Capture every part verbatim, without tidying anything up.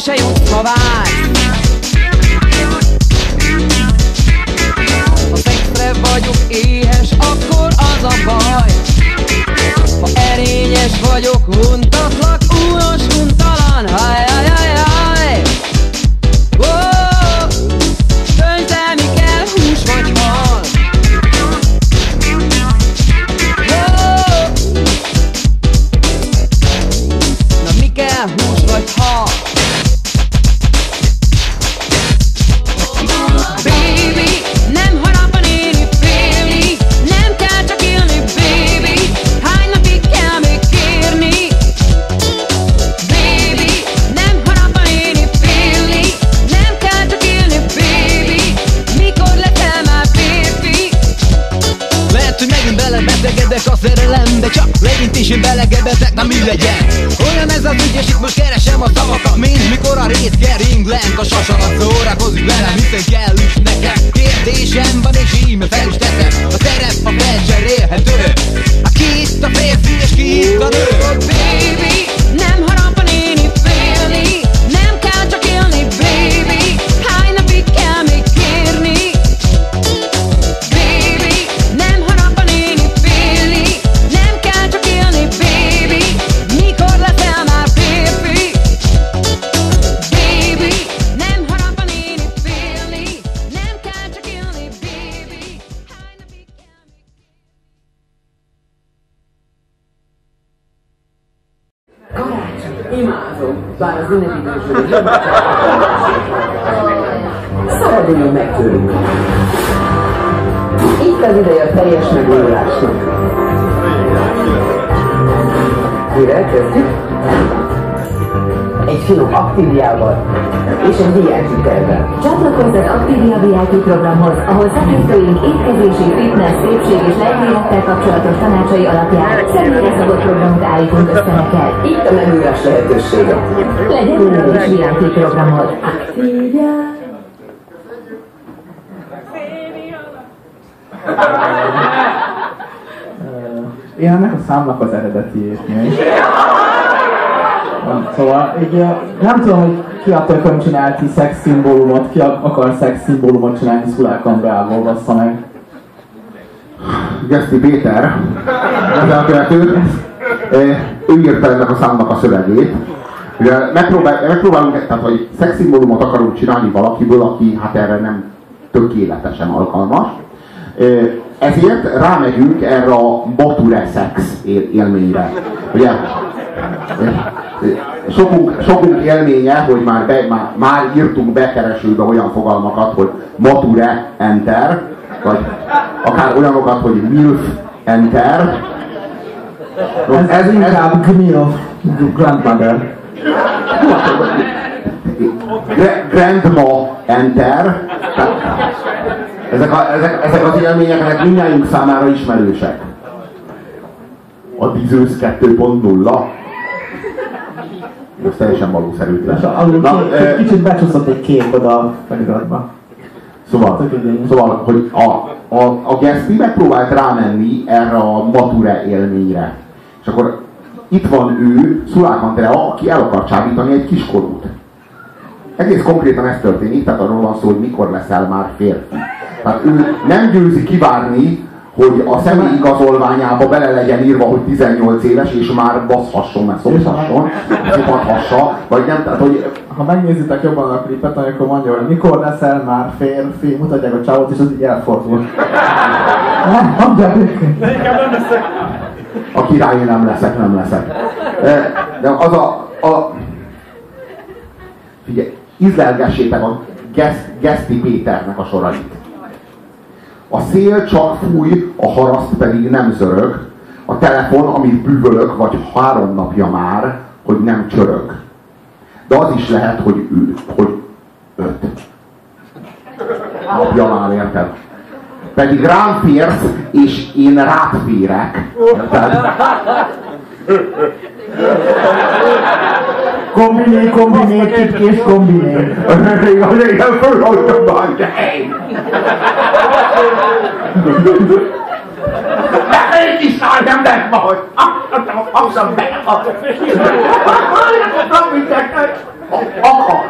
se jutsz, ha vágy. Ha szexre vagyok éhes, akkor az a baj. Ha erényes vagyok, untatlak, únos, untalan, haj, haj, haj, haj. Oh, töntelni kell hús vagy hal. Oh, na mi kell hús vagy hal? Baby, nem harap a néni félni, nem kell csak élni, baby. Hány napig kell még kérni? Baby, nem harap a néni félni, nem kell csak élni, baby. Mikor leszel már férfi? Lehet, hogy megint belebetegedek a szerelembe, csak legintésen belegebetek, na mi legyen? Olyan ez az ügy, és itt most keresem a szavakat, mint mikor a rét kering lent a sasarat. Szórakozik velem, hiszen kell is nekem. Kérdésem van és íme fel is teszem, a szerep a felcser élhető. A ki itt a férfi és ki itt a nő? Baby, nem harap a néni félni, nem kell csak élni, baby. Hány napig kell még kérni? Baby, nem harap a néni félni, nem kell csak élni, baby. Mikor leszel már férfi? Baby, nem harap a néni félni, nem kell csak élni, baby. Hány napig kell még... Karácsony, imádom, bár az ünnepidőség szabaduljon meg tőlünk. Itt az ideje a teljes megújulásnak. Mire kezdjük? Egy finom Activiával és egy vé i pé tervvel. Csatlakozz az Activia vé i pé programhoz, ahol szakértőink étkezési, fitness, szépség és lelkélettel kapcsolatos tanácsai alapján személyre szabott programot állítunk össze neked. Itt a megújulás lehetősége. Legyen olyan is vé i pé programod. Activia. Én ennek a számnak az eredeti értmény. Szóval így, nem tudom, hogy ki attól, hogy csinálti szexszimbólumot, ki akar szexszimbólumot csinálni Szulák Andreával, bassza meg. Geszti Péter, ez a követő, ő írta ennek a számnak a szövegét. Ugye megpróbál, megpróbálunk, tehát hogy szexszimbólumot akarunk csinálni valakiből, aki hát erre nem tökéletesen alkalmas. Ezért rámegyünk erre a mature szex élményre. Ugye, sokunk, sokunk élménye, hogy már, be, már, már írtunk bekeresőbe olyan fogalmakat, hogy mature enter, vagy akár olyanokat, hogy milf enter. Ez, ez inkább gmilf, grandmother. Grandma enter. Ezek, a, ezek, ezek az élmények, ezek mindnyájunk számára ismerősek. A Dizősz kettő pont nulla. Ez teljesen valószerűtlen. És alul Na, e, kicsit becsúszott egy kép oda a feliratba. Szóval, szóval, hogy a, a, a Geszti megpróbált rámenni erre a mature élményre. És akkor itt van ő, Szulák Andrea, aki el akar csábítani egy kiskorút. Egész konkrétan ez történik, tehát arról van szó, hogy mikor leszel már férfi. Tehát ő nem győzi kivárni, hogy a személy igazolványába bele legyen írva, hogy tizennyolc éves, és már baszhasson, mert szophasson, szopathassa, vagy nem, tehát hogy... Ha megnézitek jobban a klipet, amikor mondja, hogy mikor leszel már férfi, mutatják a csávot, és az így elfordul. Nem, mondják őket. De inkább nem leszek. A király nem leszek, nem leszek. De az a... a... Figyelj, ízlelgessétek a Geszti Péternek a sorait. A szél csak fúj, a haraszt pedig nem zörög. A telefon, amit bűvölök, vagy három napja már, hogy nem csörög. De az is lehet, hogy ő, hogy öt. Napja már, érted? Pedig rám férsz, és én rád férek. Érted? Kombiné, kombiné, kis kombiné. Igen, igen, fölhagytam már, de én! De egy is már nem lesz majd! Asszam be! Akar!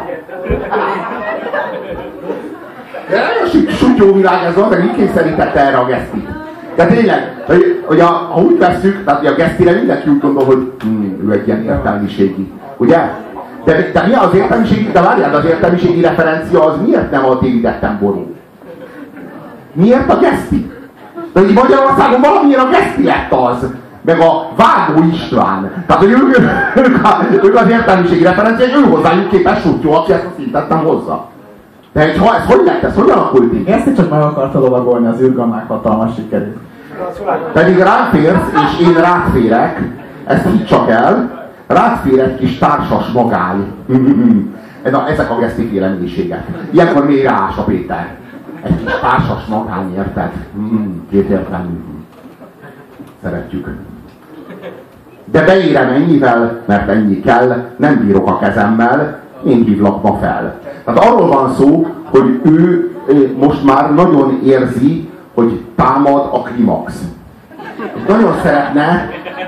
jó világ ez, az, így kényszerítette erre a Gesztit. De tényleg, hogy, hogy a, ha úgy vesszük, tehát a Gesztire mindenki úgy gondol, hogy hm, ő egy ilyen értelmiségi, ugye? De, de mi az értelmiségi, de várjál, az értelmiségi referencia az miért nem a David Attenborough? Miért a Geszti? De így Magyarországon valamilyen a Geszti lett az, meg a Vágó István. Tehát, hogy ők, ők, a, ők az értelmiségi referencia, és ő hozzájuk képes Sutyó, aki ezt a szintet nem hozza. De ez, ez hogy lett? Ez hogyan alakult így? Ezt csak meg akarta lovagolni, az űrgannák hatalmas sikerült. Pedig rám férsz, és én rád férek, ezt így csak el, rád fér egy kis társas magány. Na, ezek a gesztiféle mélységek. Ilyenkor még ráás a Péter. Egy kis társas magány, érted? Két értelmű. Szeretjük. De beérem ennyivel, mert ennyi kell, nem bírok a kezemmel, én hívlak ma fel. Tehát arról van szó, hogy ő most már nagyon érzi, hogy támad a klimax. Nagyon szeretne,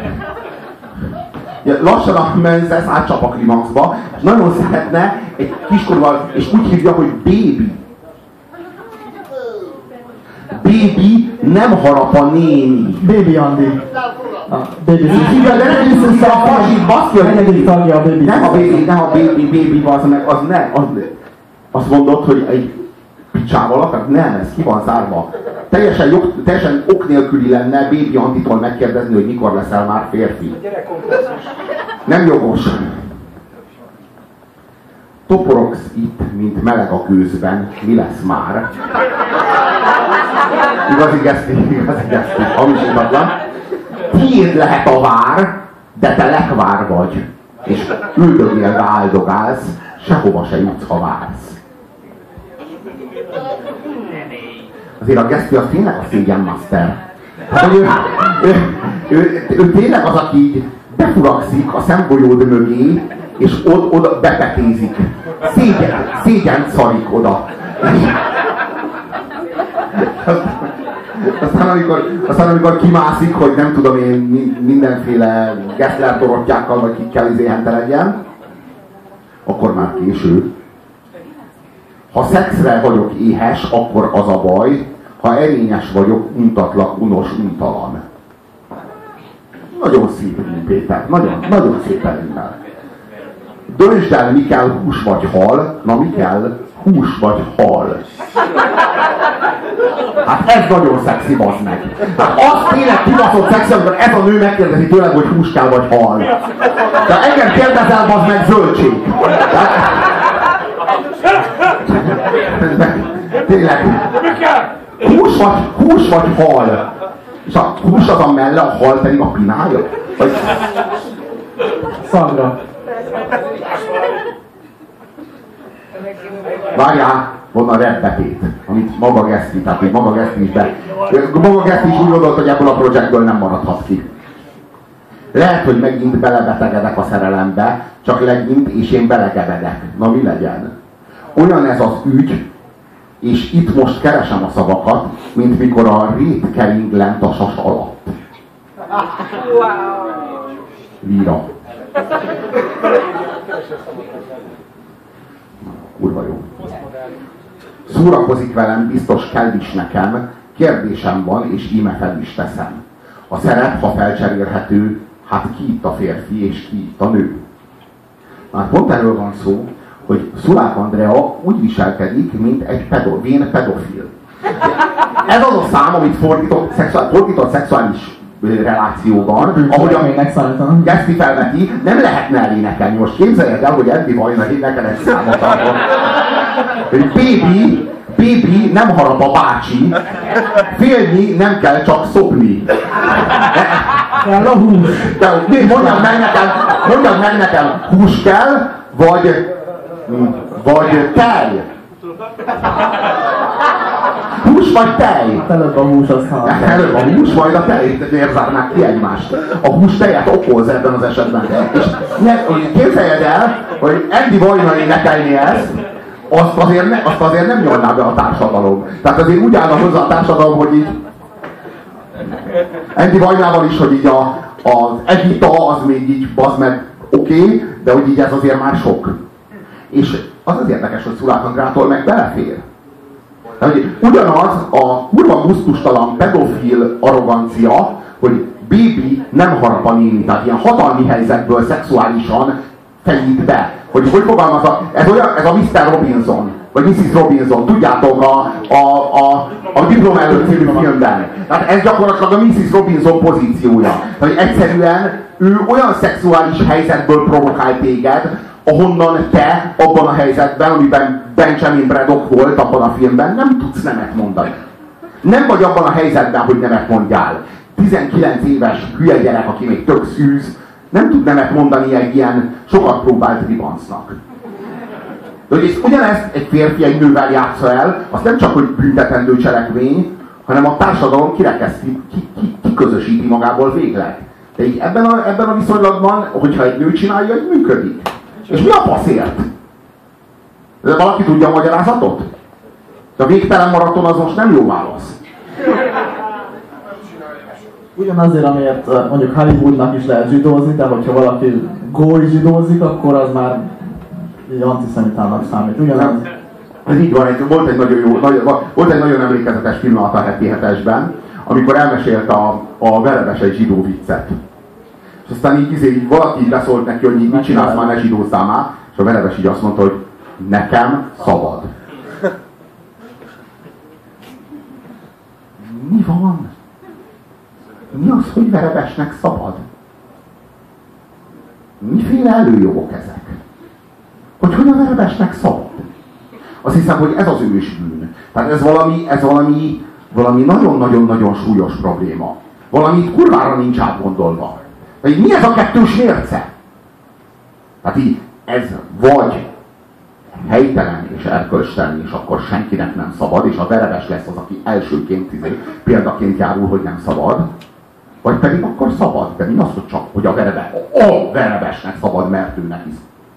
lassan a Menzies átcsap a klimaxba, és nagyon szeretne egy kiskorúval, és úgy hívja, hogy baby. Baby nem harap a néni. Baby Andi. A baby. Igen, de nem hiszem, hogy a pasit baszja. Negyedik tagja a baby. Nem a baby, nem a baby, baby az meg, az nem. Az, azt mondod, hogy egy picsával, tehát nem, ez ki van zárva. Teljesen, jog, teljesen ok nélküli lenne Baby Antitól megkérdezni, hogy mikor leszel már férfi. Nem jogos. Toporogsz itt, mint meleg a gőzben, mi lesz már? Igazi geszti, igazi geszti, hamisítatlan. Tiéd lehet a vár, de te lekvár vagy. És üldögélve áldogálsz, sehova se jutsz, ha vársz. Azért a Geszti az tényleg a szégyenmaster. Hát, ő, ő, ő, ő, ő tényleg az, aki így befurakszik a szemgolyód mögé, és od, oda bepetézik. Szégyen, szégyen szarik oda. Aztán amikor, aztán amikor kimászik, hogy nem tudom én mindenféle Gessler dorottyákkal vagy kikkel izéhente legyen, akkor már késő. Ha szexre vagyok éhes, akkor az a baj, ha erényes vagyok, untatlak, unos, untalan. Nagyon szép rím, Péter, nagyon, nagyon szép rímmel. Döntsd el, mi kell, hús vagy hal, na mi kell, hús vagy hal. Hát ez nagyon szexi, bazd meg. Hát az tényleg kibaszott szexi, amikor ez a nő megkérdezi tőled, hogy hús kell vagy hal. De engem kérdezel, bazd meg, zöldség. Tényleg. Hús vagy, hús vagy hal. És a hús az a melle, a hal pedig a pinája. Vagy... Szandra. Várjál, van a rebbetét, amit maga Geszti, tehát hogy maga Geszti is be... Maga Geszti is úgy gondolt, hogy ebből a projektből nem maradhat ki. Lehet, hogy megint belebetegedek a szerelembe, csak legint, és én belegebedek. Na mi legyen? Olyan ez az ügy, és itt most keresem a szavakat, mint mikor a rét kering lent a sas alatt. Líra. Kurva jó. Szórakozik velem, biztos kell is nekem, kérdésem van, és íme fel is teszem. A szerep, ha felcserélhető, hát ki itt a férfi, és ki itt a nő? Már pont erről van szó, hogy Szulák Andrea úgy viselkedik, mint egy pedo, vén pedofil. Ez az a szám, amit fordított, szexuál, fordított szexuális relációban, ahogy a Geszti felveti, nem lehetne elénekelni. Most képzeljed el, hogy Andy Vajna énekel egy számot arról. Baby, baby, nem harap a bácsi, félni nem kell, csak szopni. Kell a hús. Mondjad meg nekem, mondjad meg nekem, hús kell, vagy, vagy tej. Hús vagy tej? Előbb a hús, aztán Előbb a hús, majd a tej, érzárnák ki egymást. A hús tejet okoz ebben az esetben. És képzeljed el, hogy Andy Vajna énekelni ezt, azt azért, ne, azt azért nem nyolná be a társadalom. Tehát azért úgy állna hozzá a társadalom, hogy így Andy Vajnával is, hogy így a, az Evita az még így bazd meg oké, okay, de hogy így ez azért már sok. És az az érdekes, hogy Szulák Andrától meg belefér. Ugyanaz a kurva gusztustalan pedofil arrogancia, hogy Bébi nem harap a néni, tehát ilyen hatalmi helyzetből szexuálisan fejít be. Hogy hogy fogalmazza, ez, olyan, ez a miszter Robinson, vagy missziz Robinson, tudjátok, a, a, a, a Diploma előtt című filmben. Tehát ez gyakorlatilag a missziz Robinson pozíciója. Tehát egyszerűen ő olyan szexuális helyzetből provokál téged, ahonnan te abban a helyzetben, amiben Benjamin Braddock volt abban a filmben, nem tudsz nemet mondani. Nem vagy abban a helyzetben, hogy nemet mondjál. tizenkilenc éves hülye gyerek, aki még tök szűz, nem tud nemet mondani egy ilyen sokat próbált ribancnak. De hogy ugyanezt egy férfi egy nővel játsza el, az nem csak hogy büntetendő cselekmény, hanem a társadalom kirekeszti, ki, ki, kiközösíti magából végleg. De így ebben a, ebben a viszonylatban, hogyha egy nő csinálja, hogy működik. És mi a faszért? De valaki tudja a magyarázatot? De a végtelen maraton az most nem jó válasz. Ugyanazért, amiért mondjuk Hollywoodnak is lehet zsidózni, de hogyha valaki góly zsidózik, akkor az már egy antiszemitának számít. Ugyanaz. Ez így van, egy, volt, egy nagyon jó, nagyon, volt egy nagyon emlékezetes pillanat a heti hetesben, amikor elmesélt a, a Verebes egy zsidó viccet. És aztán így, így valaki így beszólt neki, hogy így mit csinálsz már, ne zsidózzál már, és a Verebes így azt mondta, hogy nekem szabad. Mi van? Mi az, hogy Verebesnek szabad? Miféle előjogok ezek? Hogy hogy a Verebesnek szabad? Azt hiszem, hogy ez az ősbűn. Tehát ez valami, ez valami, valami nagyon-nagyon-nagyon súlyos probléma. Valamit kurvára nincs átgondolva. Tehát mi ez a kettős mérce? Tehát így, ez vagy helytelen és erkölcstelen, és akkor senkinek nem szabad, és a Verebes lesz az, aki elsőként izé, példaként járul, hogy nem szabad, vagy pedig akkor szabad. De mi az, hogy csak, hogy a, verebe, a Verebesnek szabad, mert ő neki.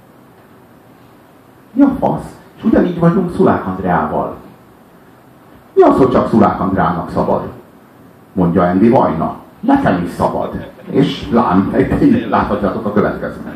Mi a fasz? És ugyanígy vagyunk Szulák Andreával. Mi az, hogy csak Szulák Andreának szabad? Mondja Andy Vajna. Nekem is szabad. És lám, láthatjátok a következőt.